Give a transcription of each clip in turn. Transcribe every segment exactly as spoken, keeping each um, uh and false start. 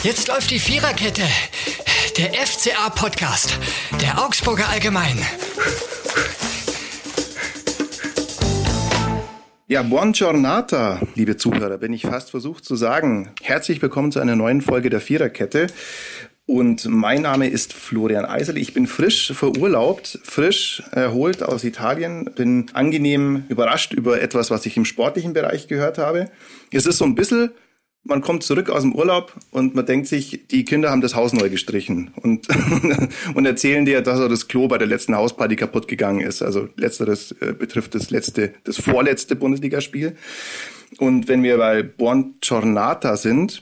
Jetzt läuft die Viererkette. Der F C A-Podcast. Der Augsburger Allgemein. Ja, buon giornata, liebe Zuhörer, bin ich fast versucht zu sagen. Herzlich willkommen zu einer neuen Folge der Viererkette. Und mein Name ist Florian Eisel. Ich bin frisch verurlaubt, frisch erholt aus Italien. Bin angenehm überrascht über etwas, was ich im sportlichen Bereich gehört habe. Es ist so ein bisschen, man kommt zurück aus dem Urlaub und man denkt sich, die Kinder haben das Haus neu gestrichen und, und erzählen dir, dass das Klo bei der letzten Hausparty kaputt gegangen ist. Also letzteres äh, betrifft das letzte, das vorletzte Bundesligaspiel. Und wenn wir bei Buon Giornata sind,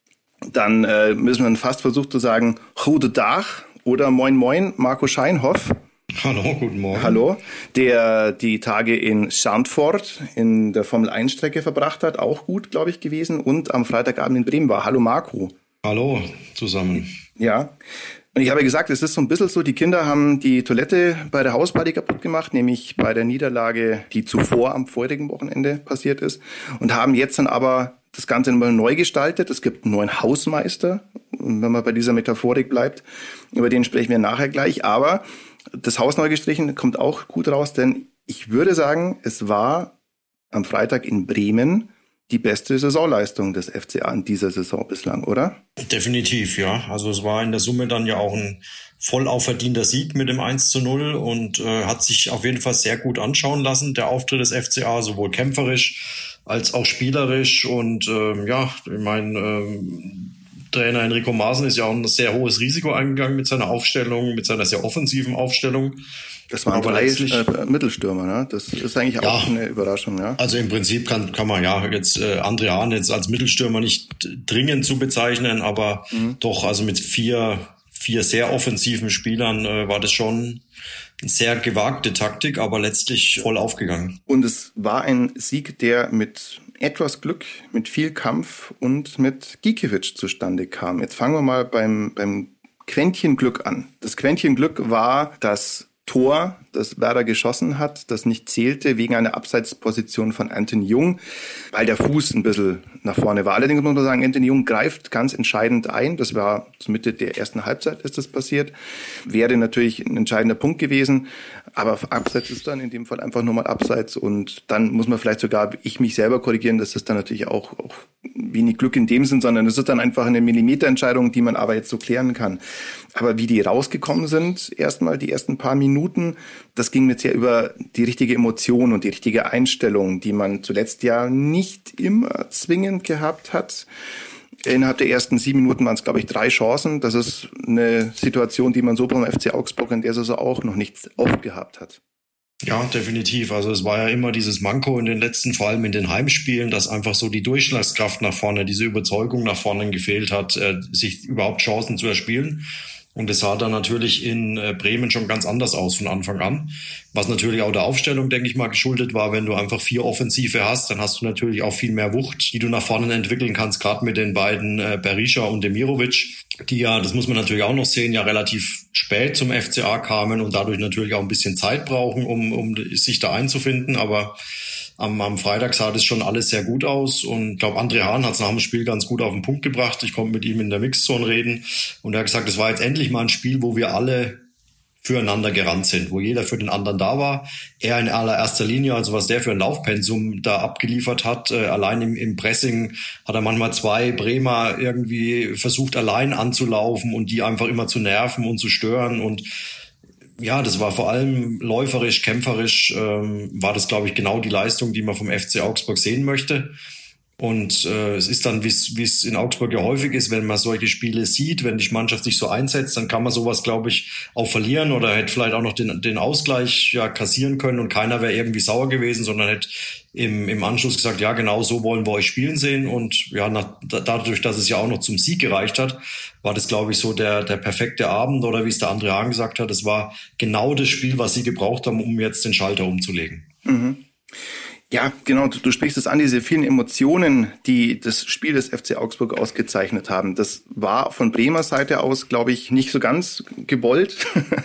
dann äh, müssen wir fast versuchen zu sagen, Gute Dag oder Moin Moin, Marco Scheinhoff. Hallo, guten Morgen. Hallo, der die Tage in Zandvoort in der Formel eins Strecke verbracht hat, auch gut, glaube ich, gewesen, und am Freitagabend in Bremen war. Hallo Marco. Hallo zusammen. Ja, und ich habe ja gesagt, es ist so ein bisschen so, die Kinder haben die Toilette bei der Hausparty kaputt gemacht, nämlich bei der Niederlage, die zuvor am vorigen Wochenende passiert ist, und haben jetzt dann aber das Ganze nochmal neu gestaltet. Es gibt einen neuen Hausmeister, wenn man bei dieser Metaphorik bleibt, über den sprechen wir nachher gleich, aber das Haus neu gestrichen kommt auch gut raus, denn ich würde sagen, es war am Freitag in Bremen die beste Saisonleistung des F C A in dieser Saison bislang, oder? Definitiv, ja. Also es war in der Summe dann ja auch ein voll auverdienter Sieg mit dem eins zu null und äh, hat sich auf jeden Fall sehr gut anschauen lassen, der Auftritt des F C A, sowohl kämpferisch als auch spielerisch. Und ähm, ja, ich meine, ähm, Trainer Enrico Maaßen ist ja auch ein sehr hohes Risiko eingegangen mit seiner Aufstellung, mit seiner sehr offensiven Aufstellung. Das waren drei äh, Mittelstürmer, ne? Das ist eigentlich auch ja, eine Überraschung, ja. Also im Prinzip kann kann man ja jetzt äh, André Hahn jetzt als Mittelstürmer nicht dringend zu bezeichnen, aber mhm. doch, also mit vier vier sehr offensiven Spielern äh, war das schon eine sehr gewagte Taktik, aber letztlich voll aufgegangen. Und es war ein Sieg, der mit etwas Glück, mit viel Kampf und mit Gikiewicz zustande kam. Jetzt fangen wir mal beim beim Quäntchen Glück an. Das Quäntchen Glück war das Tor, das Werder geschossen hat, das nicht zählte wegen einer Abseitsposition von Anthony Jung, weil der Fuß ein bisschen nach vorne war. Allerdings muss man sagen, Anthony Jung greift ganz entscheidend ein. Das war zur Mitte der ersten Halbzeit ist das passiert. Wäre natürlich ein entscheidender Punkt gewesen. Aber Abseits ist dann in dem Fall einfach nur mal Abseits. Und dann muss man vielleicht sogar ich mich selber korrigieren. Das ist dann natürlich auch, auch wenig Glück in dem Sinn, sondern es ist dann einfach eine Millimeterentscheidung, die man aber jetzt so klären kann. Aber wie die rausgekommen sind, erstmal die ersten paar Minuten, das ging jetzt ja über die richtige Emotion und die richtige Einstellung, die man zuletzt ja nicht immer zwingend gehabt hat. Innerhalb der ersten sieben Minuten waren es, glaube ich, drei Chancen. Das ist eine Situation, die man so beim F C Augsburg in der Saison auch noch nicht oft gehabt hat. Ja, definitiv. Also es war ja immer dieses Manko in den letzten, vor allem in den Heimspielen, dass einfach so die Durchschlagskraft nach vorne, diese Überzeugung nach vorne gefehlt hat, äh, sich überhaupt Chancen zu erspielen. Und das sah dann natürlich in Bremen schon ganz anders aus von Anfang an. Was natürlich auch der Aufstellung, denke ich mal, geschuldet war. Wenn du einfach vier Offensive hast, dann hast du natürlich auch viel mehr Wucht, die du nach vorne entwickeln kannst, gerade mit den beiden äh, Berisha und Demirovic, die ja, das muss man natürlich auch noch sehen, ja relativ spät zum F C A kamen und dadurch natürlich auch ein bisschen Zeit brauchen, um, um sich da einzufinden. Aber Am, am Freitag sah das schon alles sehr gut aus und ich glaube, André Hahn hat es nach dem Spiel ganz gut auf den Punkt gebracht. Ich konnte mit ihm in der Mixzone reden und er hat gesagt, es war jetzt endlich mal ein Spiel, wo wir alle füreinander gerannt sind, wo jeder für den anderen da war. Er in allererster Linie, also was der für ein Laufpensum da abgeliefert hat, äh, allein im, im Pressing hat er manchmal zwei Bremer irgendwie versucht, allein anzulaufen und die einfach immer zu nerven und zu stören. Und ja, das war vor allem läuferisch, kämpferisch, ähm, war das, glaube ich, genau die Leistung, die man vom F C Augsburg sehen möchte. Und äh, es ist dann, wie es in Augsburg ja häufig ist, wenn man solche Spiele sieht, wenn die Mannschaft sich so einsetzt, dann kann man sowas, glaube ich, auch verlieren oder hätte vielleicht auch noch den, den Ausgleich ja kassieren können und keiner wäre irgendwie sauer gewesen, sondern hätte im, im Anschluss gesagt, ja, genau so wollen wir euch spielen sehen. Und ja, nach, dadurch, dass es ja auch noch zum Sieg gereicht hat, war das, glaube ich, so der, der perfekte Abend oder wie es der André Hahn gesagt hat, es war genau das Spiel, was sie gebraucht haben, um jetzt den Schalter umzulegen. Mhm. Ja, genau. Du, du sprichst es an, diese vielen Emotionen, die das Spiel des F C Augsburg ausgezeichnet haben. Das war von Bremer Seite aus, glaube ich, nicht so ganz gewollt.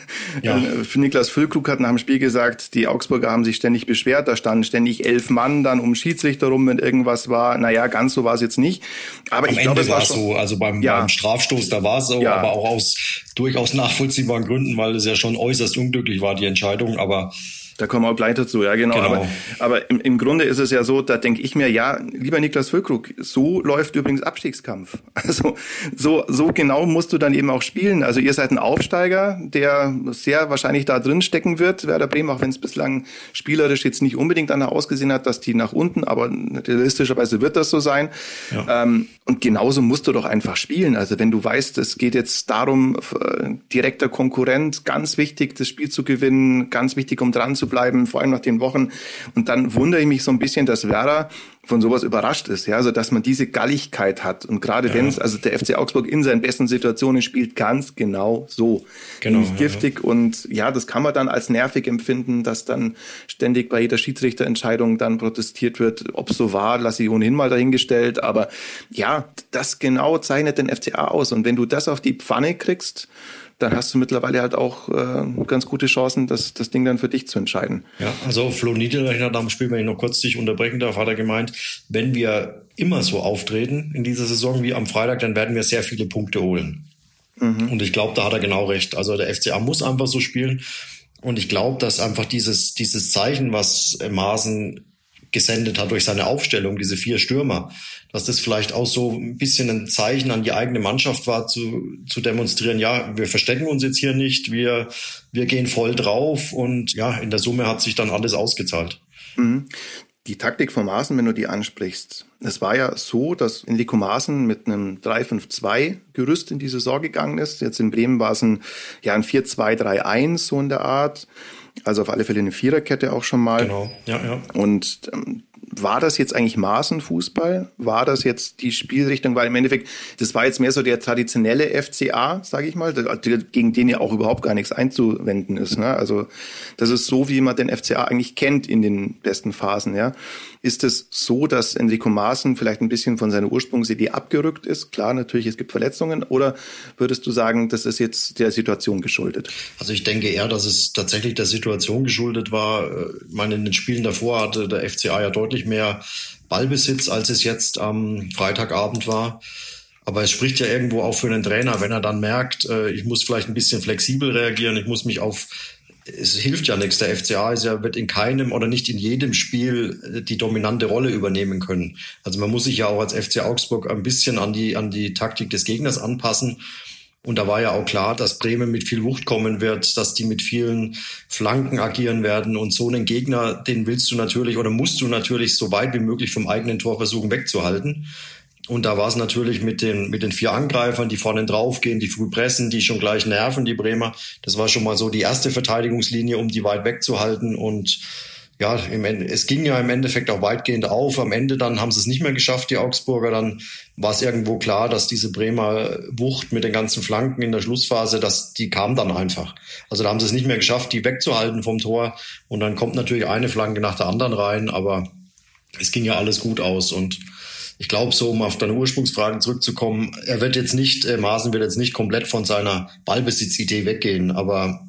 Ja. Für Niklas Füllkrug hat nach dem Spiel gesagt, die Augsburger haben sich ständig beschwert. Da standen ständig elf Mann dann um Schiedsrichter rum, wenn irgendwas war. Naja, ganz so war es jetzt nicht. Aber Am ich glaube, es war schon so. Also beim, ja. beim Strafstoß, da war es so, ja. aber auch aus durchaus nachvollziehbaren Gründen, weil es ja schon äußerst unglücklich war, die Entscheidung. Aber da kommen wir auch gleich dazu, ja genau. genau. Aber, aber im, im Grunde ist es ja so, da denke ich mir, ja, lieber Niklas Füllkrug, so läuft übrigens Abstiegskampf. Also so so genau musst du dann eben auch spielen. Also ihr seid ein Aufsteiger, der sehr wahrscheinlich da drin stecken wird, Werder Bremen, auch wenn es bislang spielerisch jetzt nicht unbedingt danach ausgesehen hat, dass die nach unten, aber realistischerweise wird das so sein. Ja. Ähm, und genauso musst du doch einfach spielen. Also wenn du weißt, es geht jetzt darum, direkter Konkurrent, ganz wichtig, das Spiel zu gewinnen, ganz wichtig, um dran zu bleiben, vor allem nach den Wochen. Und dann wundere ich mich so ein bisschen, dass Werder von sowas überrascht ist, ja, also dass man diese Galligkeit hat. Und gerade ja. wenn es, also der F C Augsburg in seinen besten Situationen spielt, ganz genau so. Genau. Nicht giftig. Ja. Und ja, das kann man dann als nervig empfinden, dass dann ständig bei jeder Schiedsrichterentscheidung dann protestiert wird. Ob es so war, lasse ich ohnehin mal dahingestellt. Aber ja, das genau zeichnet den F C A aus. Und wenn du das auf die Pfanne kriegst, dann hast du mittlerweile halt auch äh, ganz gute Chancen, das, das Ding dann für dich zu entscheiden. Ja, also Flo Niederlechner nach dem Spiel, wenn ich noch kurz dich unterbrechen darf, hat er gemeint, wenn wir immer so auftreten in dieser Saison wie am Freitag, dann werden wir sehr viele Punkte holen. Mhm. Und ich glaube, da hat er genau recht. Also der F C A muss einfach so spielen. Und ich glaube, dass einfach dieses, dieses Zeichen, was Maaßen gesendet hat durch seine Aufstellung, diese vier Stürmer, dass das vielleicht auch so ein bisschen ein Zeichen an die eigene Mannschaft war, zu, zu demonstrieren, ja, wir verstecken uns jetzt hier nicht, wir, wir gehen voll drauf und ja, in der Summe hat sich dann alles ausgezahlt. Mhm. Die Taktik von Maaßen, wenn du die ansprichst, es war ja so, dass Enrico Maaßen mit einem drei fünf zwei Gerüst in die Saison gegangen ist. Jetzt in Bremen war es ein, ja, ein vier zwei drei eins, so in der Art. Also auf alle Fälle eine Viererkette auch schon mal. Genau, ja, ja. Und ähm, war das jetzt eigentlich Maaßen-Fußball? War das jetzt die Spielrichtung? Weil im Endeffekt, das war jetzt mehr so der traditionelle F C A, sage ich mal, gegen den ja auch überhaupt gar nichts einzuwenden ist. Ne? Also das ist so, wie man den F C A eigentlich kennt in den besten Phasen. Ja, ist es so, dass Enrico Maaßen vielleicht ein bisschen von seiner Ursprungsidee abgerückt ist? Klar, natürlich, es gibt Verletzungen. Oder würdest du sagen, das ist jetzt der Situation geschuldet? Also ich denke eher, dass es tatsächlich der Situation geschuldet war. Ich meine, in den Spielen davor hatte der F C A ja deutlich mehr Ballbesitz, als es jetzt am Freitagabend war. Aber es spricht ja irgendwo auch für einen Trainer, wenn er dann merkt, ich muss vielleicht ein bisschen flexibel reagieren, ich muss mich auf, es hilft ja nichts, der F C A ist ja, wird in keinem oder nicht in jedem Spiel die dominante Rolle übernehmen können. Also man muss sich ja auch als F C Augsburg ein bisschen an die, an die Taktik des Gegners anpassen. Und da war ja auch klar, dass Bremen mit viel Wucht kommen wird, dass die mit vielen Flanken agieren werden. Und so einen Gegner, den willst du natürlich oder musst du natürlich so weit wie möglich vom eigenen Tor versuchen wegzuhalten. Und da war es natürlich mit den, mit den vier Angreifern, die vorne draufgehen, die früh pressen, die schon gleich nerven, die Bremer. Das war schon mal so die erste Verteidigungslinie, um die weit wegzuhalten. Und ja, im Ende, es ging ja im Endeffekt auch weitgehend auf. Am Ende dann haben sie es nicht mehr geschafft, die Augsburger. Dann war es irgendwo klar, dass diese Bremer Wucht mit den ganzen Flanken in der Schlussphase, dass die kam dann einfach. Also da haben sie es nicht mehr geschafft, die wegzuhalten vom Tor. Und dann kommt natürlich eine Flanke nach der anderen rein. Aber es ging ja alles gut aus. Und ich glaube, so um auf deine Ursprungsfrage zurückzukommen, er wird jetzt nicht, äh, Maaßen wird jetzt nicht komplett von seiner Ballbesitzidee weggehen. Aber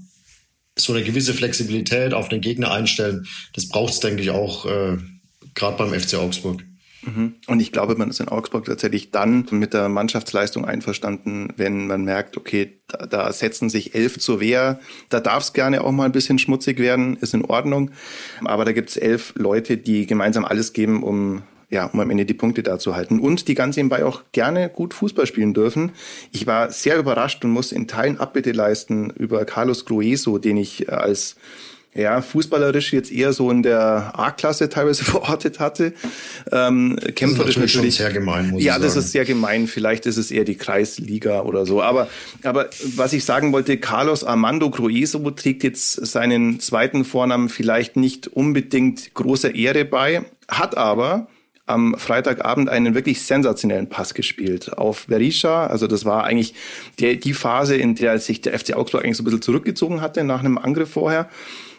so eine gewisse Flexibilität auf den Gegner einstellen, das braucht es, denke ich, auch äh, gerade beim F C Augsburg. Und ich glaube, man ist in Augsburg tatsächlich dann mit der Mannschaftsleistung einverstanden, wenn man merkt, okay, da, da setzen sich elf zur Wehr. Da darf es gerne auch mal ein bisschen schmutzig werden, ist in Ordnung. Aber da gibt es elf Leute, die gemeinsam alles geben, um ja, um am Ende die Punkte da zu halten. Und die ganz nebenbei auch gerne gut Fußball spielen dürfen. Ich war sehr überrascht und muss in Teilen Abbitte leisten über Carlos Grueso, den ich als ja, fußballerisch jetzt eher so in der A-Klasse teilweise verortet hatte. Ähm, kämpferisch das ist natürlich, natürlich schon sehr gemein, muss ja, ich das sagen. ist sehr gemein. Vielleicht ist es eher die Kreisliga oder so. Aber, aber was ich sagen wollte, Carlos Armando Grueso trägt jetzt seinen zweiten Vornamen vielleicht nicht unbedingt großer Ehre bei, hat aber am Freitagabend einen wirklich sensationellen Pass gespielt auf Berisha. Also das war eigentlich der, die Phase, in der sich der F C Augsburg eigentlich so ein bisschen zurückgezogen hatte nach einem Angriff vorher.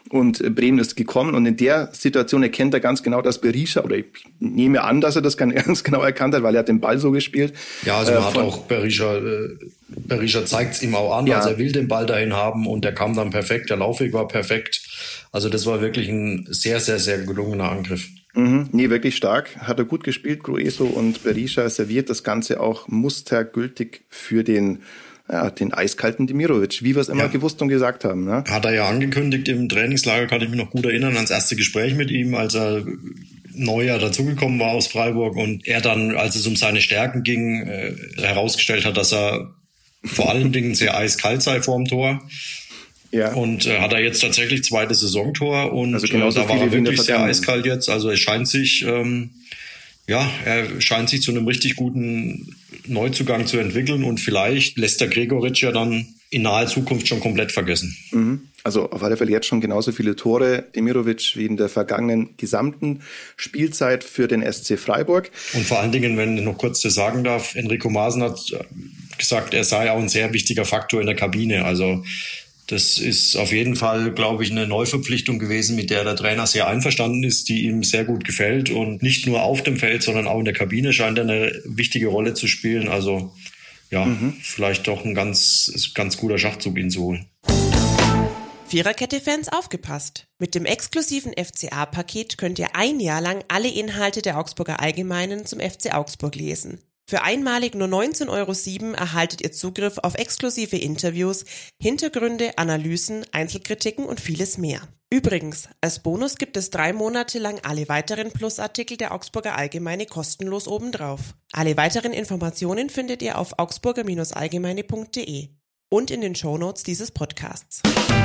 und Bremen ist gekommen. Und in der Situation erkennt er ganz genau, dass Berisha, oder ich nehme an, dass er das ganz genau erkannt hat, weil er hat den Ball so gespielt. Ja, also man äh, hat auch Berisha, äh, Berisha zeigt es ihm auch an, ja. Also er will den Ball dahin haben und der kam dann perfekt, der Laufweg war perfekt. Also das war wirklich ein sehr, sehr, sehr gelungener Angriff. Mhm, nee, wirklich stark. Hat er gut gespielt, Grueso, und Berisha serviert das Ganze auch mustergültig für den, ja, den eiskalten Demirovic, wie wir es immer ja. gewusst und gesagt haben. Ne? Hat er ja angekündigt im Trainingslager, kann ich mich noch gut erinnern, ans erste Gespräch mit ihm, als er Neujahr dazugekommen war aus Freiburg und er dann, als es um seine Stärken ging, äh, herausgestellt hat, dass er vor allen Dingen sehr eiskalt sei vorm Tor. Ja. Und äh, hat er jetzt tatsächlich zweite Saisontor und also äh, da war er wirklich sehr eiskalt jetzt. Also es scheint sich, ähm, ja, er scheint sich zu einem richtig guten Neuzugang zu entwickeln und vielleicht lässt der Gregoritsch ja dann in naher Zukunft schon komplett vergessen. Mhm. Also auf alle Fälle jetzt schon genauso viele Tore, Demirovic, wie in der vergangenen gesamten Spielzeit für den S C Freiburg. Und vor allen Dingen, wenn ich noch kurz das sagen darf, Enrico Maaßen hat gesagt, er sei auch ein sehr wichtiger Faktor in der Kabine. Also das ist auf jeden Fall, glaube ich, eine Neuverpflichtung gewesen, mit der der Trainer sehr einverstanden ist, die ihm sehr gut gefällt. Und nicht nur auf dem Feld, sondern auch in der Kabine scheint er eine wichtige Rolle zu spielen. Also ja, mhm. vielleicht doch ein ganz, ganz guter Schachzug, ihn zu holen. Viererkette-Fans aufgepasst. Mit dem exklusiven F C A-Paket könnt ihr ein Jahr lang alle Inhalte der Augsburger Allgemeinen zum F C Augsburg lesen. Für einmalig nur neunzehn Euro sieben erhaltet ihr Zugriff auf exklusive Interviews, Hintergründe, Analysen, Einzelkritiken und vieles mehr. Übrigens, als Bonus gibt es drei Monate lang alle weiteren Plusartikel der Augsburger Allgemeine kostenlos obendrauf. Alle weiteren Informationen findet ihr auf augsburger allgemeine punkt de und in den Shownotes dieses Podcasts.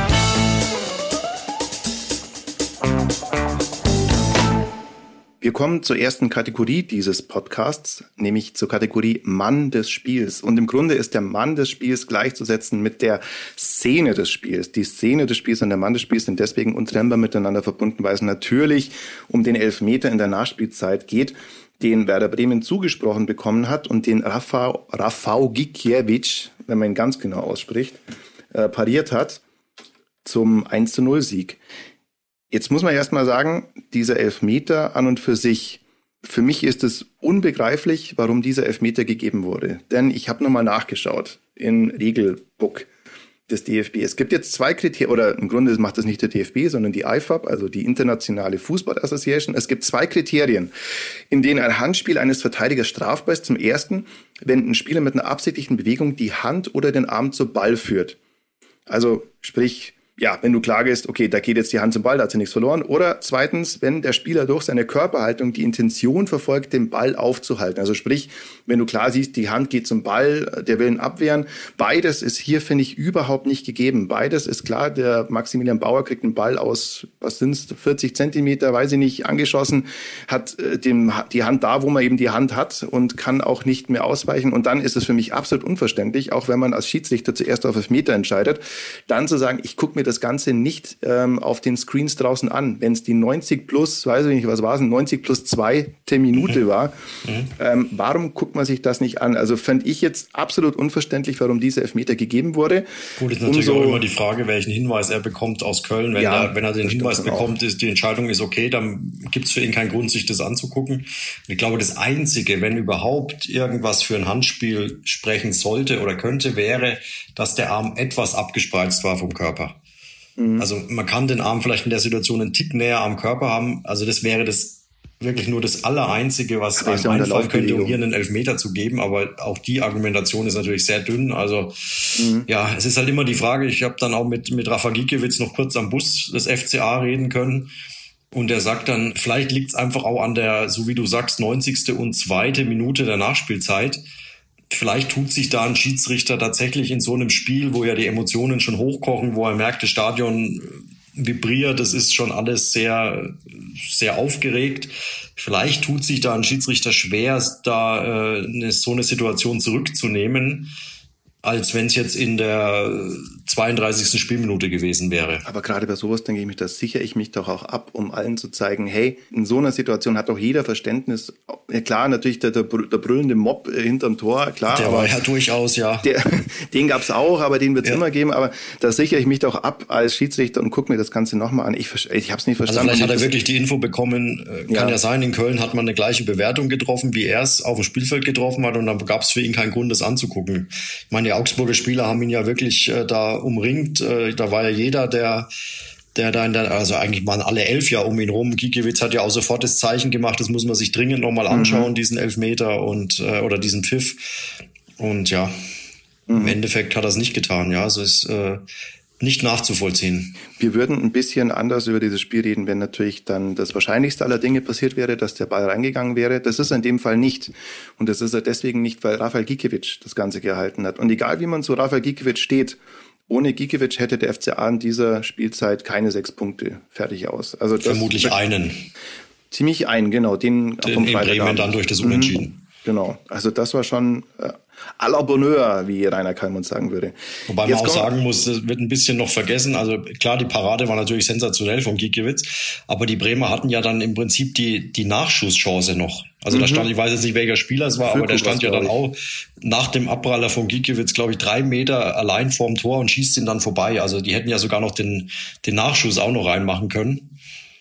Wir kommen zur ersten Kategorie dieses Podcasts, nämlich zur Kategorie Mann des Spiels. Und im Grunde ist der Mann des Spiels gleichzusetzen mit der Szene des Spiels. Die Szene des Spiels und der Mann des Spiels sind deswegen untrennbar miteinander verbunden, weil es natürlich um den Elfmeter in der Nachspielzeit geht, den Werder Bremen zugesprochen bekommen hat und den Rafał, Rafał Gikiewicz, wenn man ihn ganz genau ausspricht, äh, pariert hat zum eins zu null Sieg. Jetzt muss man erst mal sagen, dieser Elfmeter an und für sich, für mich ist es unbegreiflich, warum dieser Elfmeter gegeben wurde. Denn ich habe nochmal nachgeschaut im Regelbook des D F B. Es gibt jetzt zwei Kriterien, oder im Grunde macht das nicht der D F B, sondern die I F A B, also die Internationale Fußball Association. Es gibt zwei Kriterien, in denen ein Handspiel eines Verteidigers strafbar ist. Zum ersten, wenn ein Spieler mit einer absichtlichen Bewegung die Hand oder den Arm zu Ball führt. Also sprich, ja, wenn du klar gehst, okay, da geht jetzt die Hand zum Ball, da hat sie nichts verloren. Oder zweitens, wenn der Spieler durch seine Körperhaltung die Intention verfolgt, den Ball aufzuhalten. Also sprich, wenn du klar siehst, die Hand geht zum Ball, der will ihn abwehren. Beides ist hier, finde ich, überhaupt nicht gegeben. Beides ist klar, der Maximilian Bauer kriegt einen Ball aus, was sind's, vierzig Zentimeter, weiß ich nicht, angeschossen, hat äh, dem, die Hand da, wo man eben die Hand hat und kann auch nicht mehr ausweichen. Und dann ist es für mich absolut unverständlich, auch wenn man als Schiedsrichter zuerst auf Elfmeter entscheidet, dann zu sagen, ich gucke mir das Ganze nicht ähm, auf den Screens draußen an. Wenn es die neunzig plus, weiß ich nicht, was war es, neunzig plus zweite Minute mhm. war, mhm. Ähm, warum guckt man sich das nicht an? Also fand ich jetzt absolut unverständlich, warum dieser Elfmeter gegeben wurde. Gut, ist natürlich Umso, auch immer die Frage, welchen Hinweis er bekommt aus Köln. Wenn, ja, er, wenn er den Hinweis bekommt, ist die Entscheidung ist okay, dann gibt es für ihn keinen Grund, sich das anzugucken. Ich glaube, das Einzige, wenn überhaupt irgendwas für ein Handspiel sprechen sollte oder könnte, wäre, dass der Arm etwas abgespreizt war vom Körper. Also man kann den Arm vielleicht in der Situation einen Tick näher am Körper haben. Also das wäre das wirklich nur das Allereinzige, was einem ja einfallen könnte, um hier einen Elfmeter zu geben. Aber auch die Argumentation ist natürlich sehr dünn. Also mhm. ja, es ist halt immer die Frage. Ich habe dann auch mit mit Rafał Gikiewicz noch kurz am Bus des F C A reden können. Und er sagt dann, vielleicht liegt es einfach auch an der, so wie du sagst, neunzigste und zweite Minute der Nachspielzeit. Vielleicht tut sich da ein Schiedsrichter tatsächlich in so einem Spiel, wo ja die Emotionen schon hochkochen, wo er merkt, das Stadion vibriert, das ist schon alles sehr, sehr aufgeregt. Vielleicht tut sich da ein Schiedsrichter schwer, da äh, eine, so eine Situation zurückzunehmen. als wenn es jetzt in der zweiunddreißigsten Spielminute gewesen wäre. Aber gerade bei sowas denke ich mich, da sichere ich mich doch auch ab, um allen zu zeigen, hey, in so einer Situation hat doch jeder Verständnis. Ja klar, natürlich der, der, der brüllende Mob hinterm Tor, klar. Der aber war ja durchaus, ja. Der, den gab's auch, aber den wird's ja. immer geben. Aber da sichere ich mich doch ab als Schiedsrichter und gucke mir das Ganze nochmal an. Ich, ich habe es nicht verstanden. Also vielleicht hat er wirklich die Info bekommen, kann ja. ja sein, in Köln hat man eine gleiche Bewertung getroffen, wie er es auf dem Spielfeld getroffen hat und dann gab's für ihn keinen Grund, das anzugucken. Ich meine, die Augsburger Spieler haben ihn ja wirklich äh, da umringt. Äh, da war ja jeder, der der da in der, also eigentlich waren alle elf ja um ihn rum. Gikiewicz hat ja auch sofort das Zeichen gemacht, das muss man sich dringend nochmal anschauen, mhm. diesen Elfmeter und äh, oder diesen Pfiff. Und ja, mhm. im Endeffekt hat er es nicht getan. Ja, also ist äh, nicht nachzuvollziehen. Wir würden ein bisschen anders über dieses Spiel reden, wenn natürlich dann das Wahrscheinlichste aller Dinge passiert wäre, dass der Ball reingegangen wäre. Das ist in dem Fall nicht. Und das ist er deswegen nicht, weil Rafael Gikiewicz das Ganze gehalten hat. Und egal wie man zu Rafael Gikiewicz steht, ohne Gikiewicz hätte der F C A in dieser Spielzeit keine sechs Punkte. Fertig aus. Also das vermutlich einen. Ziemlich einen, genau. Den, den vom Freitag in Bremen dann durch das Unentschieden. Mhm, genau. Also das war schon äh, à la Bonheur, wie Rainer Kallmund sagen würde. Wobei Jetzt man auch sagen muss, das wird ein bisschen noch vergessen. Also klar, die Parade war natürlich sensationell von Gikiewicz, aber die Bremer hatten ja dann im Prinzip die die Nachschusschance noch. Also mhm. da stand, ich weiß jetzt nicht, welcher Spieler es war, Füllkrug, aber der stand ja dann auch nach dem Abpraller von Gikiewicz, glaube ich, drei Meter allein vorm Tor und schießt ihn dann vorbei. Also die hätten ja sogar noch den den Nachschuss auch noch reinmachen können.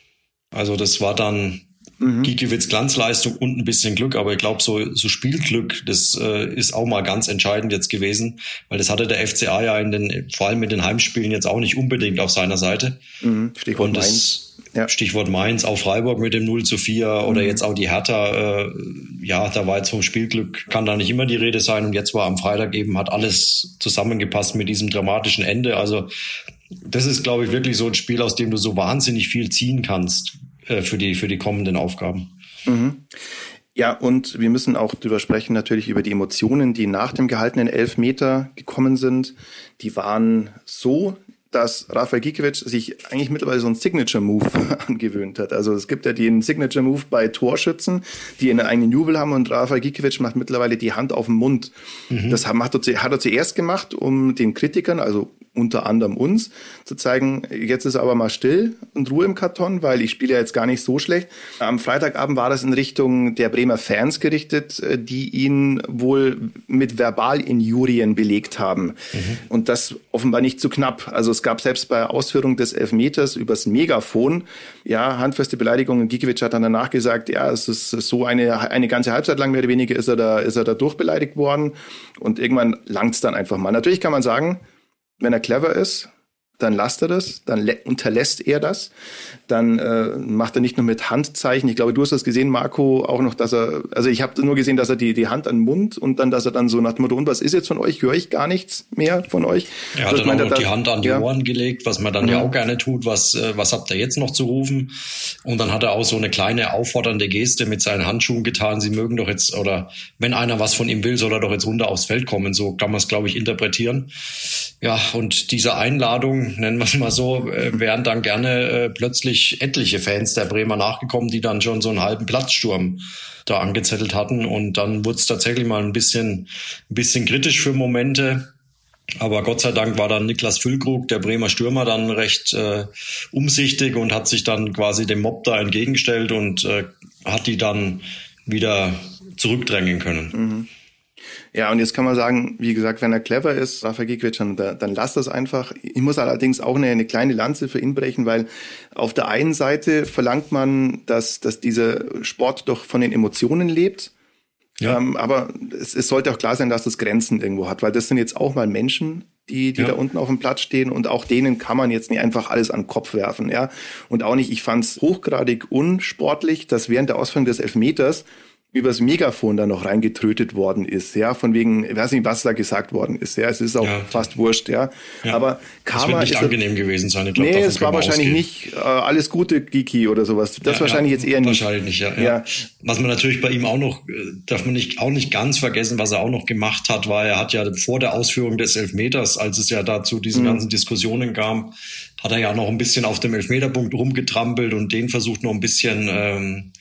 Also das war dann Mhm. Gikiewicz Glanzleistung und ein bisschen Glück, aber ich glaube, so, so Spielglück, das äh, ist auch mal ganz entscheidend jetzt gewesen, weil das hatte der F C A ja in den, vor allem in den Heimspielen jetzt auch nicht unbedingt auf seiner Seite. Mhm. Stichwort und das, Mainz. Ja. Stichwort Mainz, auch Freiburg mit dem null zu vier mhm. oder jetzt auch die Hertha, äh, ja, da war jetzt vom Spielglück, kann da nicht immer die Rede sein und jetzt war am Freitag eben, hat alles zusammengepasst mit diesem dramatischen Ende, also das ist, glaube ich, wirklich so ein Spiel, aus dem du so wahnsinnig viel ziehen kannst für die, für die kommenden Aufgaben. Mhm. Ja, und wir müssen auch drüber sprechen, natürlich über die Emotionen, die nach dem gehaltenen Elfmeter gekommen sind. Die waren so, dass Rafael Gikiewicz sich eigentlich mittlerweile so einen Signature-Move angewöhnt hat. Also es gibt ja den Signature-Move bei Torschützen, die einen eigenen Jubel haben und Rafael Gikiewicz macht mittlerweile die Hand auf den Mund. Mhm. Das hat er zuerst gemacht, um den Kritikern, also unter anderem uns, zu zeigen, jetzt ist aber mal still und Ruhe im Karton, weil ich spiele ja jetzt gar nicht so schlecht. Am Freitagabend war das in Richtung der Bremer Fans gerichtet, die ihn wohl mit Verbalinjurien belegt haben. Mhm. Und das offenbar nicht zu knapp. Also es gab selbst bei Ausführung des Elfmeters übers Megafon, ja, handfeste Beleidigungen. Gikiewicz hat dann danach gesagt, ja, es ist so eine, eine ganze Halbzeit lang mehr oder weniger ist er da, ist er da durchbeleidigt worden. Und irgendwann langt's dann einfach mal. Natürlich kann man sagen, wenn er clever ist, dann lasst er das, dann unterlässt er das, dann äh, macht er nicht nur mit Handzeichen. Ich glaube, du hast das gesehen, Marco, auch noch, dass er, also ich habe nur gesehen, dass er die die Hand an den Mund und dann, dass er dann so nach dem Motto, und was ist jetzt von euch? Höre ich gar nichts mehr von euch? Er hat dann auch noch das, die Hand an die ja. Ohren gelegt, was man dann ja. ja auch gerne tut, was äh, was habt ihr jetzt noch zu rufen? Und dann hat er auch so eine kleine auffordernde Geste mit seinen Handschuhen getan, sie mögen doch jetzt, oder wenn einer was von ihm will, soll er doch jetzt runter aufs Feld kommen, so kann man es, glaube ich, interpretieren. Ja, und diese Einladung, nennen wir es mal so, äh, wären dann gerne äh, plötzlich etliche Fans der Bremer nachgekommen, die dann schon so einen halben Platzsturm da angezettelt hatten. Und dann wurde es tatsächlich mal ein bisschen, ein bisschen kritisch für Momente. Aber Gott sei Dank war dann Niklas Füllkrug, der Bremer Stürmer, dann recht äh, umsichtig und hat sich dann quasi dem Mob da entgegengestellt und äh, hat die dann wieder zurückdrängen können. Mhm. Ja, und jetzt kann man sagen, wie gesagt, wenn er clever ist, Rafael Gikiewicz, dann, dann lass das einfach. Ich muss allerdings auch eine, eine kleine Lanze für ihn brechen, weil auf der einen Seite verlangt man, dass, dass dieser Sport doch von den Emotionen lebt. Ja. Ähm, aber es, es sollte auch klar sein, dass das Grenzen irgendwo hat, weil das sind jetzt auch mal Menschen, die, die ja. da unten auf dem Platz stehen und auch denen kann man jetzt nicht einfach alles an den Kopf werfen, ja. Und auch nicht, ich fand's hochgradig unsportlich, dass während der Ausführung des Elfmeters übers Megafon da noch reingetrötet worden ist, ja, von wegen, ich weiß nicht, was da gesagt worden ist, ja, es ist auch ja. fast wurscht, ja, ja. aber Karma das wird nicht ist angenehm a- gewesen sein, ich glaube, nee, es war wahrscheinlich ausgehen. nicht äh, alles Gute, Giki oder sowas, das ja, wahrscheinlich ja, jetzt eher nicht. Wahrscheinlich nicht, ja, ja. ja. Was man natürlich bei ihm auch noch, darf man nicht, auch nicht ganz vergessen, was er auch noch gemacht hat, war, er hat ja vor der Ausführung des Elfmeters, als es ja da zu diesen mhm. ganzen Diskussionen kam, hat er ja noch ein bisschen auf dem Elfmeterpunkt rumgetrampelt und den versucht noch ein bisschen, ähm,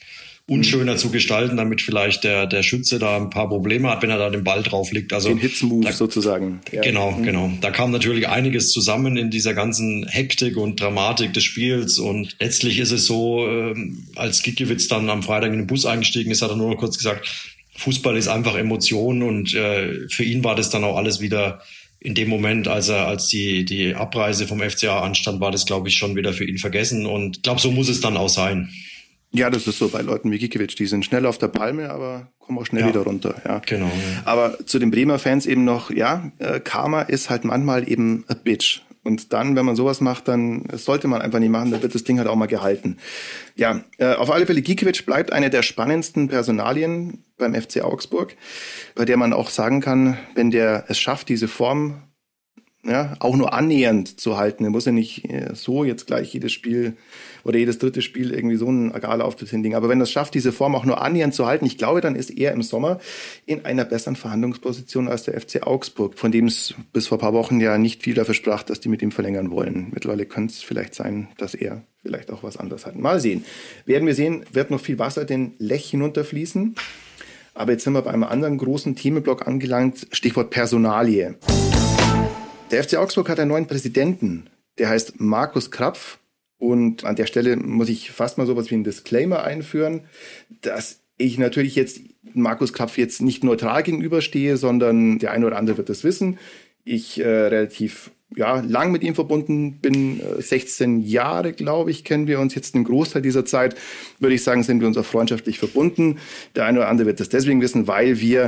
unschöner mhm. zu gestalten, damit vielleicht der, der Schütze da ein paar Probleme hat, wenn er da den Ball drauf liegt. Also den Hits-Move sozusagen. Ja. Genau, mhm. genau. Da kam natürlich einiges zusammen in dieser ganzen Hektik und Dramatik des Spiels und letztlich ist es so, als Gikiewicz dann am Freitag in den Bus eingestiegen ist, hat er nur noch kurz gesagt, Fußball ist einfach Emotion und äh, für ihn war das dann auch alles wieder in dem Moment, als er, als die, die Abreise vom F C A anstand, war das, glaube ich, schon wieder für ihn vergessen. Und ich glaube, so muss es dann auch sein. Ja, das ist so bei Leuten wie Gikiewicz. Die sind schnell auf der Palme, aber kommen auch schnell ja. wieder runter. Ja, genau. Ja. Aber zu den Bremer Fans eben noch, ja, äh, Karma ist halt manchmal eben a bitch. Und dann, wenn man sowas macht, dann das sollte man einfach nicht machen, dann wird das Ding halt auch mal gehalten. Ja, äh, auf alle Fälle, Gikiewicz bleibt eine der spannendsten Personalien beim F C Augsburg, bei der man auch sagen kann, wenn der es schafft, diese Form ja, auch nur annähernd zu halten, er muss ja nicht äh, so jetzt gleich jedes Spiel oder jedes dritte Spiel irgendwie so einen Egalauftritt hinlegen. Aber wenn er es schafft, diese Form auch nur annähernd zu halten, ich glaube, dann ist er im Sommer in einer besseren Verhandlungsposition als der F C Augsburg, von dem es bis vor ein paar Wochen ja nicht viel dafür sprach, dass die mit ihm verlängern wollen. Mittlerweile könnte es vielleicht sein, dass er vielleicht auch was anderes hat. Mal sehen. Werden wir sehen, wird noch viel Wasser den Lech hinunterfließen. Aber jetzt sind wir bei einem anderen großen Themenblock angelangt, Stichwort Personalie. Der F C Augsburg hat einen neuen Präsidenten, der heißt Markus Krapf. Und an der Stelle muss ich fast mal sowas wie einen Disclaimer einführen, dass ich natürlich jetzt Markus Krapf jetzt nicht neutral gegenüberstehe, sondern der eine oder andere wird das wissen. Ich äh, relativ ja, lang mit ihm verbunden bin, äh, sechzehn Jahre, glaube ich, kennen wir uns jetzt. Im Großteil dieser Zeit, würde ich sagen, sind wir uns auch freundschaftlich verbunden. Der eine oder andere wird das deswegen wissen, weil wir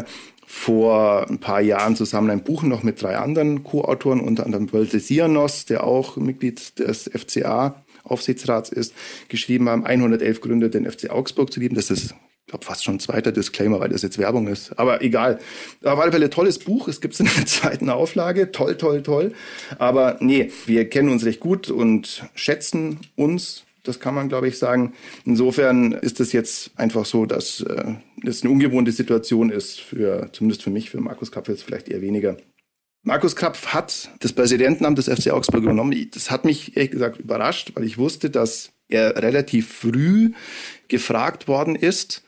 vor ein paar Jahren zusammen ein Buch noch mit drei anderen Co-Autoren, unter anderem Wölte Sianos, der auch Mitglied des F C A-Aufsichtsrats ist, geschrieben haben, hundertelf Gründe, den F C Augsburg zu lieben. Das ist, ich glaube, fast schon ein zweiter Disclaimer, weil das jetzt Werbung ist. Aber egal. Auf alle Fälle tolles Buch. Es gibt es in der zweiten Auflage. Toll, toll, toll. Aber nee, wir kennen uns recht gut und schätzen uns. Das kann man, glaube ich, sagen. Insofern ist es jetzt einfach so, dass äh, das eine ungewohnte Situation ist, für zumindest für mich, für Markus Krapf jetzt vielleicht eher weniger. Markus Krapf hat das Präsidentenamt des F C Augsburg übernommen. Das hat mich ehrlich gesagt überrascht, weil ich wusste, dass er relativ früh gefragt worden ist.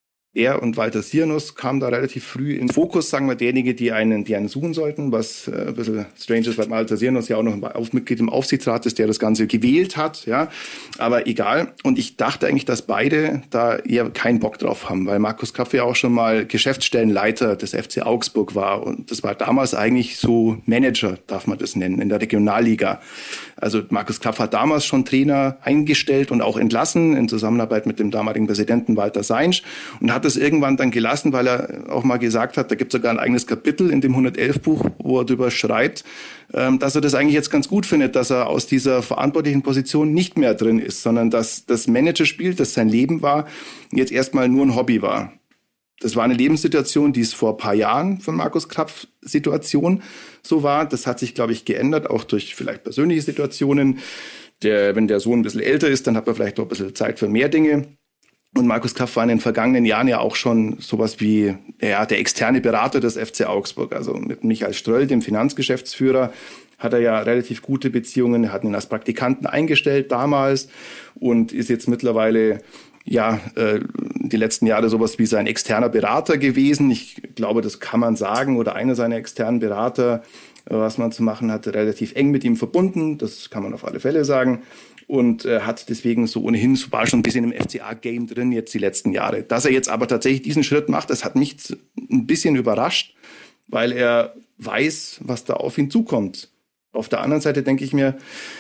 Er und Walter Sianos kamen da relativ früh in den Fokus, sagen wir, derjenige, die einen, die einen suchen sollten, was äh, ein bisschen strange ist, weil Walter Sianos ja auch noch ein Mitglied im Aufsichtsrat ist, der das Ganze gewählt hat, ja, aber egal. Und ich dachte eigentlich, dass beide da eher keinen Bock drauf haben, weil Markus Krapf ja auch schon mal Geschäftsstellenleiter des F C Augsburg war und das war damals eigentlich so Manager, darf man das nennen, in der Regionalliga. Also Markus Krapf hat damals schon Trainer eingestellt und auch entlassen in Zusammenarbeit mit dem damaligen Präsidenten Walter Seinsch und hat es irgendwann dann gelassen, weil er auch mal gesagt hat, da gibt es sogar ein eigenes Kapitel in dem hundertelf Buch, wo er darüber schreibt, dass er das eigentlich jetzt ganz gut findet, dass er aus dieser verantwortlichen Position nicht mehr drin ist, sondern dass das Managerspiel, das sein Leben war, jetzt erstmal nur ein Hobby war. Das war eine Lebenssituation, die es vor ein paar Jahren von Markus Krapf Situation so war. Das hat sich, glaube ich, geändert, auch durch vielleicht persönliche Situationen. Der, wenn der Sohn ein bisschen älter ist, dann hat man vielleicht noch ein bisschen Zeit für mehr Dinge. Und Markus Krapf war in den vergangenen Jahren ja auch schon sowas wie ja, der externe Berater des F C Augsburg. Also mit Michael Ströll, dem Finanzgeschäftsführer, hat er ja relativ gute Beziehungen. Er hat ihn als Praktikanten eingestellt damals und ist jetzt mittlerweile ja, äh, die letzten Jahre sowas wie sein externer Berater gewesen. Ich glaube, das kann man sagen. Oder einer seiner externen Berater, äh, was man zu machen hatte, relativ eng mit ihm verbunden. Das kann man auf alle Fälle sagen. Und äh, hat deswegen so ohnehin, so war schon ein bisschen im F C A-Game drin jetzt die letzten Jahre. Dass er jetzt aber tatsächlich diesen Schritt macht, das hat mich ein bisschen überrascht, weil er weiß, was da auf ihn zukommt. Auf der anderen Seite denke ich mir,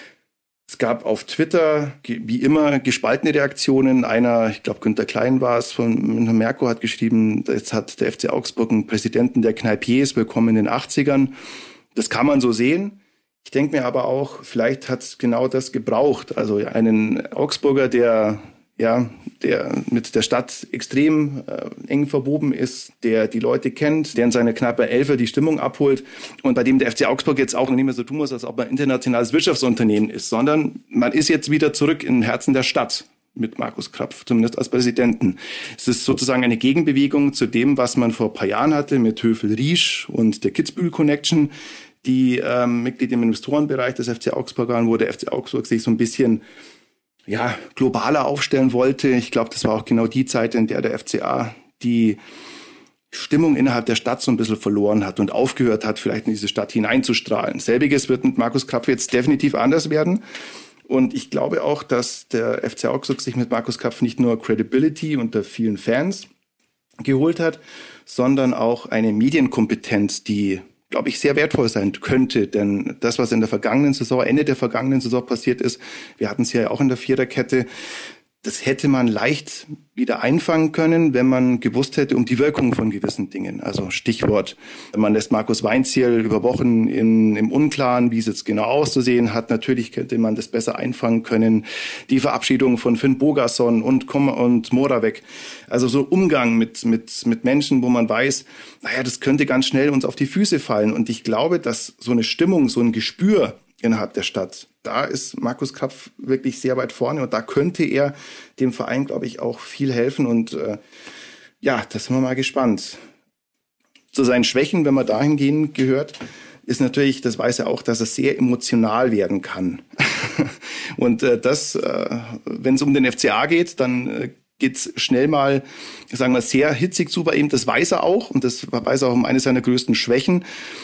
es gab auf Twitter, wie immer, gespaltene Reaktionen. Einer, ich glaube Günther Klein war es, von Merko hat geschrieben, jetzt hat der F C Augsburg einen Präsidenten der Kneipiers bekommen in den achtzigern. Das kann man so sehen. Ich denke mir aber auch, vielleicht hat es genau das gebraucht. Also einen Augsburger, der ja, der mit der Stadt extrem äh, eng verwoben ist, der die Leute kennt, der in seine knappe Elfer die Stimmung abholt und bei dem der F C Augsburg jetzt auch nicht mehr so tun muss, als ob man ein internationales Wirtschaftsunternehmen ist, sondern man ist jetzt wieder zurück im Herzen der Stadt mit Markus Krapf, zumindest als Präsidenten. Es ist sozusagen eine Gegenbewegung zu dem, was man vor ein paar Jahren hatte mit Höfel-Riesch und der Kitzbühel Connection, die ähm, Mitglied im Investorenbereich des F C Augsburg waren, wo der F C Augsburg sich so ein bisschen ja, globaler aufstellen wollte. Ich glaube, das war auch genau die Zeit, in der der F C A die Stimmung innerhalb der Stadt so ein bisschen verloren hat und aufgehört hat, vielleicht in diese Stadt hineinzustrahlen. Selbiges wird mit Markus Krapf jetzt definitiv anders werden. Und ich glaube auch, dass der F C Augsburg sich mit Markus Krapf nicht nur Credibility unter vielen Fans geholt hat, sondern auch eine Medienkompetenz, die, glaube ich, sehr wertvoll sein könnte. Denn das, was in der vergangenen Saison, Ende der vergangenen Saison passiert ist, wir hatten es ja auch in der Viererkette, das hätte man leicht wieder einfangen können, wenn man gewusst hätte um die Wirkung von gewissen Dingen. Also Stichwort, man lässt Markus Weinzierl über Wochen in, im Unklaren, wie es jetzt genau auszusehen hat. Natürlich könnte man das besser einfangen können. Die Verabschiedung von Finn Bogason und, und Moravec. Also so Umgang mit, mit, mit Menschen, wo man weiß, naja, das könnte ganz schnell uns auf die Füße fallen. Und ich glaube, dass so eine Stimmung, so ein Gespür innerhalb der Stadt, da ist Markus Krapf wirklich sehr weit vorne und da könnte er dem Verein, glaube ich, auch viel helfen und äh, ja, da sind wir mal gespannt. Zu seinen Schwächen, wenn man dahingehend gehört, ist natürlich, das weiß er auch, dass er sehr emotional werden kann. und äh, das, äh, wenn es um den F C A geht, dann äh, geht's schnell mal, sagen wir, sehr hitzig zu bei ihm. Das weiß er auch und das weiß er auch um eine seiner größten Schwächen,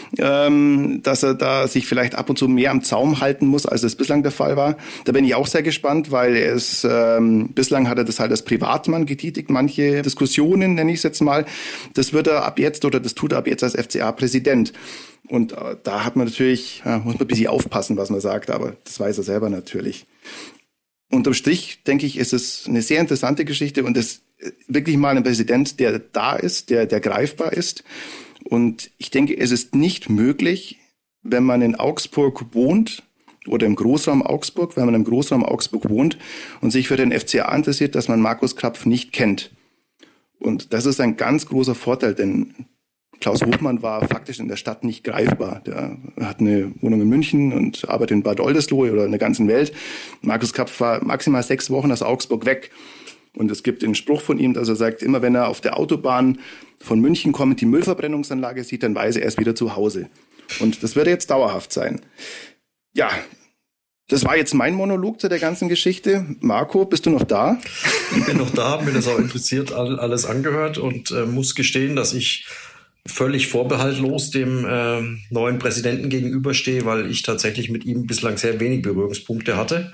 ähm, dass er da sich vielleicht ab und zu mehr am Zaum halten muss, als es bislang der Fall war. Da bin ich auch sehr gespannt, weil er ist, ähm, bislang hat er das halt als Privatmann getätigt, manche Diskussionen, nenne ich es jetzt mal. Das wird er ab jetzt oder das tut er ab jetzt als F C A-Präsident. Und äh, da hat man natürlich, ja, muss man ein bisschen aufpassen, was man sagt, aber das weiß er selber natürlich. Unterm Strich, denke ich, ist es eine sehr interessante Geschichte und es ist wirklich mal ein Präsident, der da ist, der, der greifbar ist. Und ich denke, es ist nicht möglich, wenn man in Augsburg wohnt oder im Großraum Augsburg, wenn man im Großraum Augsburg wohnt und sich für den F C A interessiert, dass man Markus Krapf nicht kennt. Und das ist ein ganz großer Vorteil, denn Klaus Hofmann war faktisch in der Stadt nicht greifbar. Der hat eine Wohnung in München und arbeitet in Bad Oldesloe oder in der ganzen Welt. Markus Krapf war maximal sechs Wochen aus Augsburg weg. Und es gibt den Spruch von ihm, dass er sagt, immer wenn er auf der Autobahn von München kommt, die Müllverbrennungsanlage sieht, dann weiß er, er ist wieder zu Hause. Und das wird jetzt dauerhaft sein. Ja, das war jetzt mein Monolog zu der ganzen Geschichte. Marco, bist du noch da? Ich bin noch da, mir das auch interessiert alles angehört und äh, muss gestehen, dass ich völlig vorbehaltlos dem äh, neuen Präsidenten gegenüberstehe, weil ich tatsächlich mit ihm bislang sehr wenig Berührungspunkte hatte.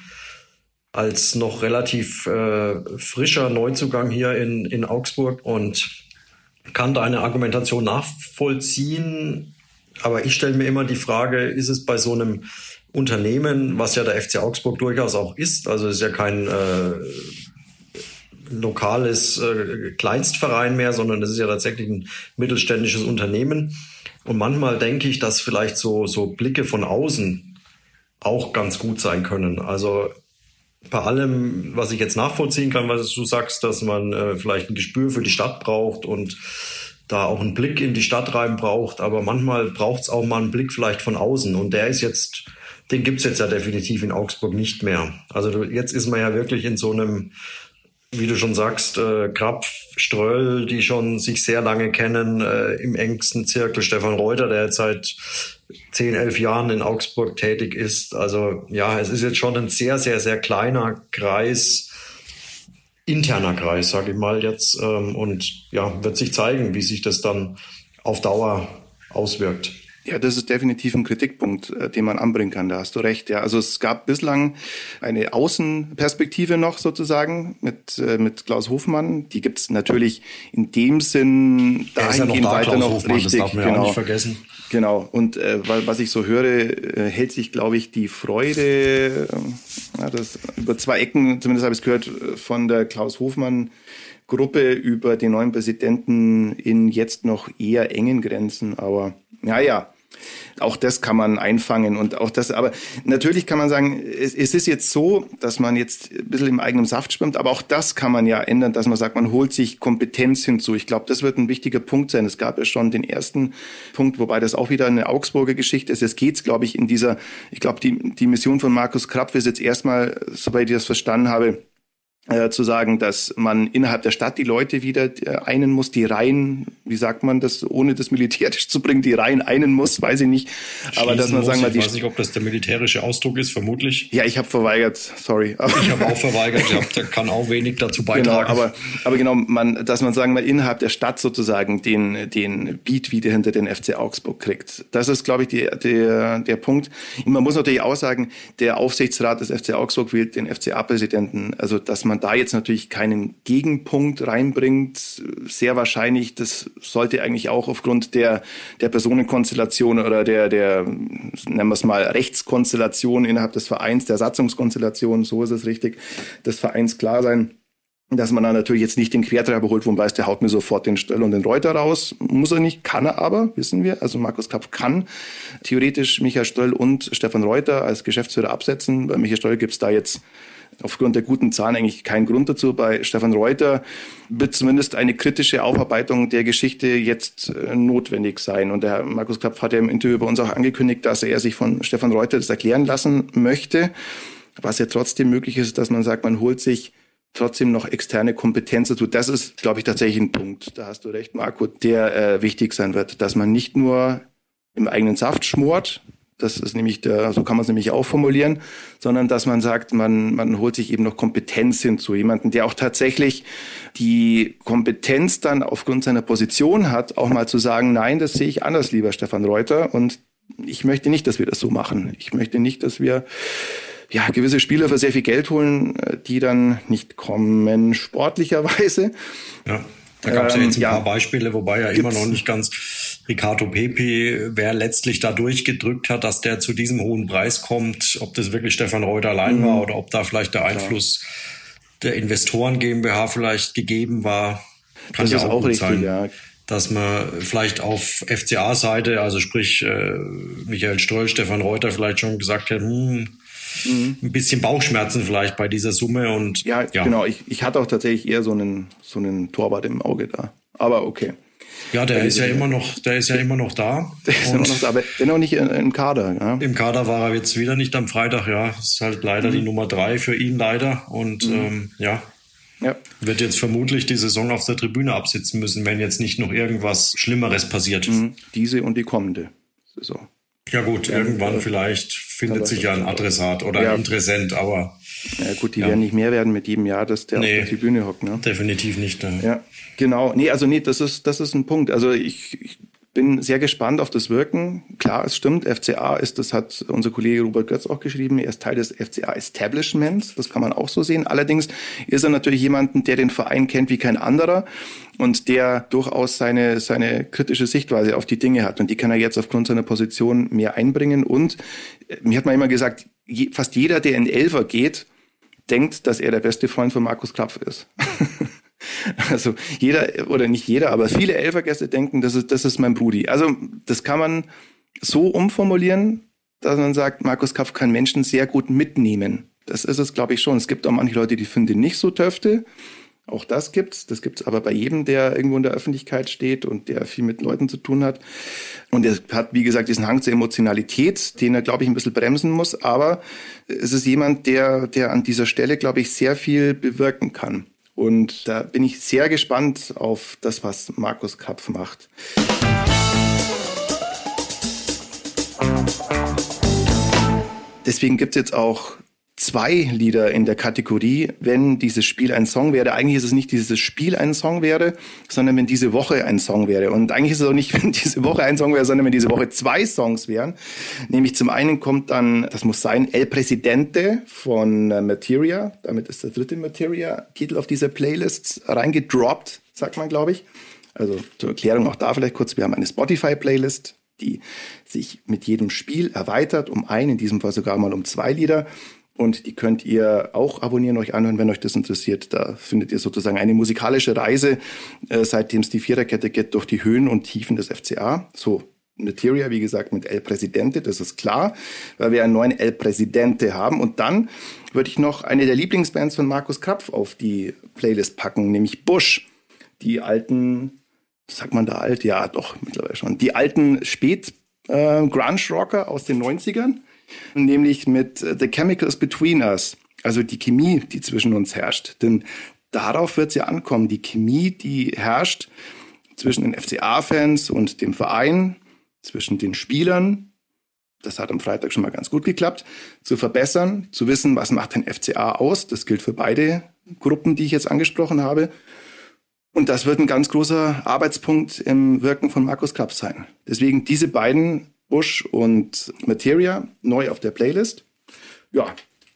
Als noch relativ äh, frischer Neuzugang hier in, in Augsburg und kann da eine Argumentation nachvollziehen. Aber ich stelle mir immer die Frage, ist es bei so einem Unternehmen, was ja der F C Augsburg durchaus auch ist, also es ist ja kein äh, lokales äh, Kleinstverein mehr, sondern das ist ja tatsächlich ein mittelständisches Unternehmen. Und manchmal denke ich, dass vielleicht so, so Blicke von außen auch ganz gut sein können. Also bei allem, was ich jetzt nachvollziehen kann, was du sagst, dass man äh, vielleicht ein Gespür für die Stadt braucht und da auch einen Blick in die Stadt rein braucht. Aber manchmal braucht es auch mal einen Blick vielleicht von außen. Und der ist jetzt, den gibt's jetzt ja definitiv in Augsburg nicht mehr. Also jetzt ist man ja wirklich in so einem, wie du schon sagst, äh, Krapf, Ströll, die schon sich sehr lange kennen, äh, im engsten Zirkel Stefan Reuter, der jetzt seit zehn, elf Jahren in Augsburg tätig ist. Also ja, es ist jetzt schon ein sehr, sehr, sehr kleiner Kreis, interner Kreis, sage ich mal jetzt. Ähm, und ja, wird sich zeigen, wie sich das dann auf Dauer auswirkt. Ja, das ist definitiv ein Kritikpunkt, äh, den man anbringen kann. Da hast du recht. Ja, also es gab bislang eine Außenperspektive noch sozusagen mit äh, mit Klaus Hofmann. Die gibt's natürlich in dem Sinn dahingehend ja weiter noch Hofmann, richtig. Das darf man genau. ja auch nicht vergessen. Genau. Und äh, weil, was ich so höre, äh, hält sich, glaube ich, die Freude. Äh, ja, das über zwei Ecken. Zumindest habe ich es gehört von der Klaus Hofmann Gruppe über den neuen Präsidenten in jetzt noch eher engen Grenzen. Aber naja, auch das kann man einfangen und auch das, aber natürlich kann man sagen, es, es ist jetzt so, dass man jetzt ein bisschen im eigenen Saft schwimmt, aber auch das kann man ja ändern, dass man sagt, man holt sich Kompetenz hinzu. Ich glaube, das wird ein wichtiger Punkt sein. Es gab ja schon den ersten Punkt, wobei das auch wieder eine Augsburger Geschichte ist. Jetzt geht's, glaube ich, in dieser, ich glaube, die, die Mission von Markus Krapf ist jetzt erstmal, soweit ich das verstanden habe, Äh, zu sagen, dass man innerhalb der Stadt die Leute wieder äh, einen muss, die Reihen, wie sagt man das, ohne das militärisch zu bringen, die Reihen einen muss, weiß ich nicht. Aber dass man sagen wir, wir, ich weiß nicht, ob das der militärische Ausdruck ist, vermutlich. Ja, ich habe verweigert, sorry. Ich habe auch verweigert, ich hab, kann auch wenig dazu beitragen. Genau, aber, aber genau, man, dass man sagen wir innerhalb der Stadt sozusagen den, den Beat wieder hinter den F C Augsburg kriegt. Das ist, glaube ich, die, der, der Punkt. Man muss natürlich auch sagen, der Aufsichtsrat des F C Augsburg wählt den F C A-Präsidenten, also dass man man da jetzt natürlich keinen Gegenpunkt reinbringt, sehr wahrscheinlich, das sollte eigentlich auch aufgrund der, der Personenkonstellation oder der, der, nennen wir es mal, Rechtskonstellation innerhalb des Vereins, der Satzungskonstellation, so ist es richtig, des Vereins klar sein, dass man da natürlich jetzt nicht den Quertreiber holt, wo man weiß, der haut mir sofort den Stöll und den Reuter raus. Muss er nicht, kann er aber, wissen wir. Also Markus Krapf kann theoretisch Michael Stöll und Stefan Reuter als Geschäftsführer absetzen. Bei Michael Stöll gibt es da jetzt aufgrund der guten Zahlen eigentlich keinen Grund dazu. Bei Stefan Reuter wird zumindest eine kritische Aufarbeitung der Geschichte jetzt äh, notwendig sein. Und der Herr Markus Krapf hat ja im Interview bei uns auch angekündigt, dass er sich von Stefan Reuter das erklären lassen möchte. Was ja trotzdem möglich ist, dass man sagt, man holt sich trotzdem noch externe Kompetenz dazu. Das ist, glaube ich, tatsächlich ein Punkt. Da hast du recht, Marco, der äh, wichtig sein wird, dass man nicht nur im eigenen Saft schmort, das ist nämlich der, so kann man es nämlich auch formulieren, sondern dass man sagt, man, man holt sich eben noch Kompetenz hinzu. Jemanden, der auch tatsächlich die Kompetenz dann aufgrund seiner Position hat, auch mal zu sagen, nein, das sehe ich anders, lieber Stefan Reuter. Und ich möchte nicht, dass wir das so machen. Ich möchte nicht, dass wir ja gewisse Spieler für sehr viel Geld holen, die dann nicht kommen, sportlicherweise. Ja. Da gab es ja jetzt ein ähm, paar ja. Beispiele, wobei ja immer noch nicht ganz Ricardo Pepi, wer letztlich da durchgedrückt hat, dass der zu diesem hohen Preis kommt, ob das wirklich Stefan Reuter allein mhm. war oder ob da vielleicht der Einfluss ja. der Investoren GmbH vielleicht gegeben war, kann das ja ist auch, auch gut richtig, sein. Ja. Dass man vielleicht auf F C A-Seite, also sprich äh, Michael Stöll, Stefan Reuter vielleicht schon gesagt hat, hm, Mhm. ein bisschen Bauchschmerzen vielleicht bei dieser Summe und ja, ja. genau. Ich, ich hatte auch tatsächlich eher so einen so einen Torwart im Auge da. Aber okay. Ja, der, der ist ja immer noch, der ist ja immer noch da. Der ist immer noch da, aber dennoch nicht im Kader. Ja. Im Kader war er jetzt wieder nicht am Freitag. Ja, ist halt leider mhm. die Nummer drei für ihn leider und mhm. ähm, ja. Ja. Wird jetzt vermutlich die Saison auf der Tribüne absitzen müssen, wenn jetzt nicht noch irgendwas Schlimmeres passiert. Mhm. Diese und die kommende Saison. Ja gut, ja, irgendwann äh, vielleicht findet sich ja ein Adressat oder ja. ein Interessent, aber... Ja gut, die ja. werden nicht mehr werden mit jedem Jahr, dass der nee, auf der Tribüne hockt. Ne? Definitiv nicht. Ne? Ja, genau. Nee, also nee, das ist, das ist ein Punkt. Also ich, ich bin sehr gespannt auf das Wirken. Klar, es stimmt, F C A ist, das hat unser Kollege Robert Götz auch geschrieben, er ist Teil des F C A-Establishments, das kann man auch so sehen. Allerdings ist er natürlich jemanden, der den Verein kennt wie kein anderer und der durchaus seine, seine kritische Sichtweise auf die Dinge hat. Und die kann er jetzt aufgrund seiner Position mehr einbringen. Und mir hat man immer gesagt, je, fast jeder, der in Elfer geht, denkt, dass er der beste Freund von Markus Krapf ist. Also jeder, oder nicht jeder, aber viele Elfergäste denken, das ist, das ist mein Brudi. Also das kann man so umformulieren, dass man sagt, Markus Krapf kann Menschen sehr gut mitnehmen. Das ist es, glaube ich, schon. Es gibt auch manche Leute, die finden nicht so Töfte. Auch das gibt's. Das gibt's aber bei jedem, der irgendwo in der Öffentlichkeit steht und der viel mit Leuten zu tun hat. Und er hat, wie gesagt, diesen Hang zur Emotionalität, den er, glaube ich, ein bisschen bremsen muss. Aber es ist jemand, der, der an dieser Stelle, glaube ich, sehr viel bewirken kann. Und da bin ich sehr gespannt auf das, was Markus Krapf macht. Deswegen gibt es jetzt auch zwei Lieder in der Kategorie, wenn dieses Spiel ein Song wäre. Eigentlich ist es nicht dieses Spiel ein Song wäre, sondern wenn diese Woche ein Song wäre. Und eigentlich ist es auch nicht, wenn diese Woche ein Song wäre, sondern wenn diese Woche zwei Songs wären. Nämlich zum einen kommt dann, das muss sein, El Presidente von Materia. Damit ist der dritte Materia-Titel auf dieser Playlist reingedroppt, sagt man, glaube ich. Also zur Erklärung auch da vielleicht kurz. Wir haben eine Spotify-Playlist, die sich mit jedem Spiel erweitert um ein, in diesem Fall sogar mal um zwei Lieder. Und die könnt ihr auch abonnieren, euch anhören, wenn euch das interessiert. Da findet ihr sozusagen eine musikalische Reise, äh, seitdem es die Viererkette geht, durch die Höhen und Tiefen des F C A. So, Materia, wie gesagt, mit El Presidente, das ist klar, weil wir einen neuen El Presidente haben. Und dann würde ich noch eine der Lieblingsbands von Markus Krapf auf die Playlist packen, nämlich Bush. Die alten, sagt man da alt? Ja, doch, mittlerweile schon. Die alten Spät-Grunge-Rocker äh, aus den neunzigern. Nämlich mit The Chemicals Between Us. Also die Chemie, die zwischen uns herrscht. Denn darauf wird es ja ankommen. Die Chemie, die herrscht zwischen den F C A-Fans und dem Verein, zwischen den Spielern, das hat am Freitag schon mal ganz gut geklappt, zu verbessern, zu wissen, was macht den F C A aus. Das gilt für beide Gruppen, die ich jetzt angesprochen habe. Und das wird ein ganz großer Arbeitspunkt im Wirken von Markus Krapf sein. Deswegen diese beiden, Busch und Materia, neu auf der Playlist. Ja,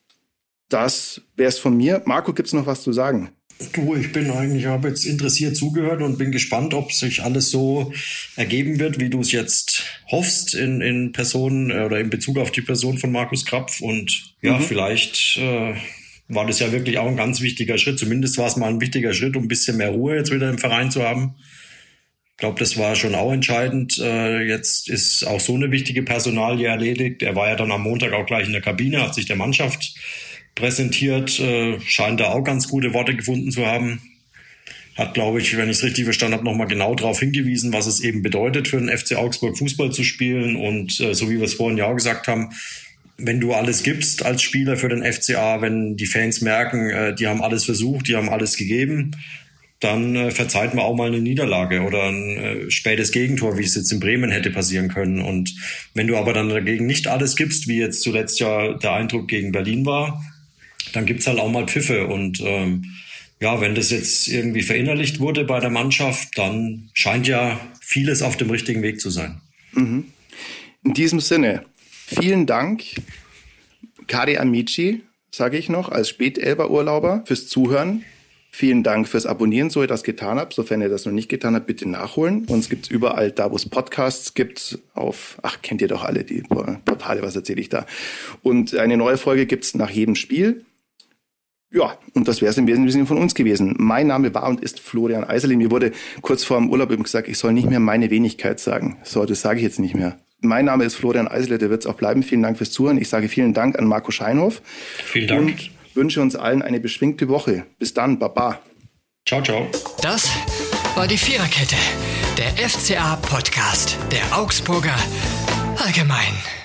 das wäre es von mir. Marco, gibt es noch was zu sagen? Du, ich bin eigentlich, habe jetzt interessiert zugehört und bin gespannt, ob sich alles so ergeben wird, wie du es jetzt hoffst in, in Person oder in Bezug auf die Person von Markus Krapf. Und ja, mhm. vielleicht äh, war das ja wirklich auch ein ganz wichtiger Schritt. Zumindest war es mal ein wichtiger Schritt, um ein bisschen mehr Ruhe jetzt wieder im Verein zu haben. Ich glaube, das war schon auch entscheidend. Äh, jetzt ist auch so eine wichtige Personalie erledigt. Er war ja dann am Montag auch gleich in der Kabine, hat sich der Mannschaft präsentiert, äh, scheint da auch ganz gute Worte gefunden zu haben. Hat, glaube ich, wenn ich es richtig verstanden habe, nochmal genau darauf hingewiesen, was es eben bedeutet, für den F C Augsburg Fußball zu spielen. Und äh, so wie wir es vorhin ja auch gesagt haben, wenn du alles gibst als Spieler für den F C A, wenn die Fans merken, äh, die haben alles versucht, die haben alles gegeben, dann äh, verzeiht man auch mal eine Niederlage oder ein äh, spätes Gegentor, wie es jetzt in Bremen hätte passieren können. Und wenn du aber dann dagegen nicht alles gibst, wie jetzt zuletzt ja der Eindruck gegen Berlin war, dann gibt's halt auch mal Pfiffe. Und ähm, ja, wenn das jetzt irgendwie verinnerlicht wurde bei der Mannschaft, dann scheint ja vieles auf dem richtigen Weg zu sein. Mhm. In diesem Sinne, vielen Dank, Kari Amici, sage ich noch, als Spätelber-Urlauber fürs Zuhören. Vielen Dank fürs Abonnieren, so ihr das getan habt. Sofern ihr das noch nicht getan habt, bitte nachholen. Uns gibt's überall da, wo es Podcasts gibt, auf, ach, kennt ihr doch alle die Portale, was erzähle ich da. Und eine neue Folge gibt's nach jedem Spiel. Ja, und das wäre es im Wesentlichen von uns gewesen. Mein Name war und ist Florian Eiserli. Mir wurde kurz vor dem Urlaub eben gesagt, ich soll nicht mehr meine Wenigkeit sagen. So, das sage ich jetzt nicht mehr. Mein Name ist Florian Eiserli, der wird es auch bleiben. Vielen Dank fürs Zuhören. Ich sage vielen Dank an Marco Scheinhoff. Vielen Dank. Und wünsche uns allen eine beschwingte Woche. Bis dann, Baba. Ciao, ciao. Das war die Viererkette, der F C A-Podcast der Augsburger Allgemein.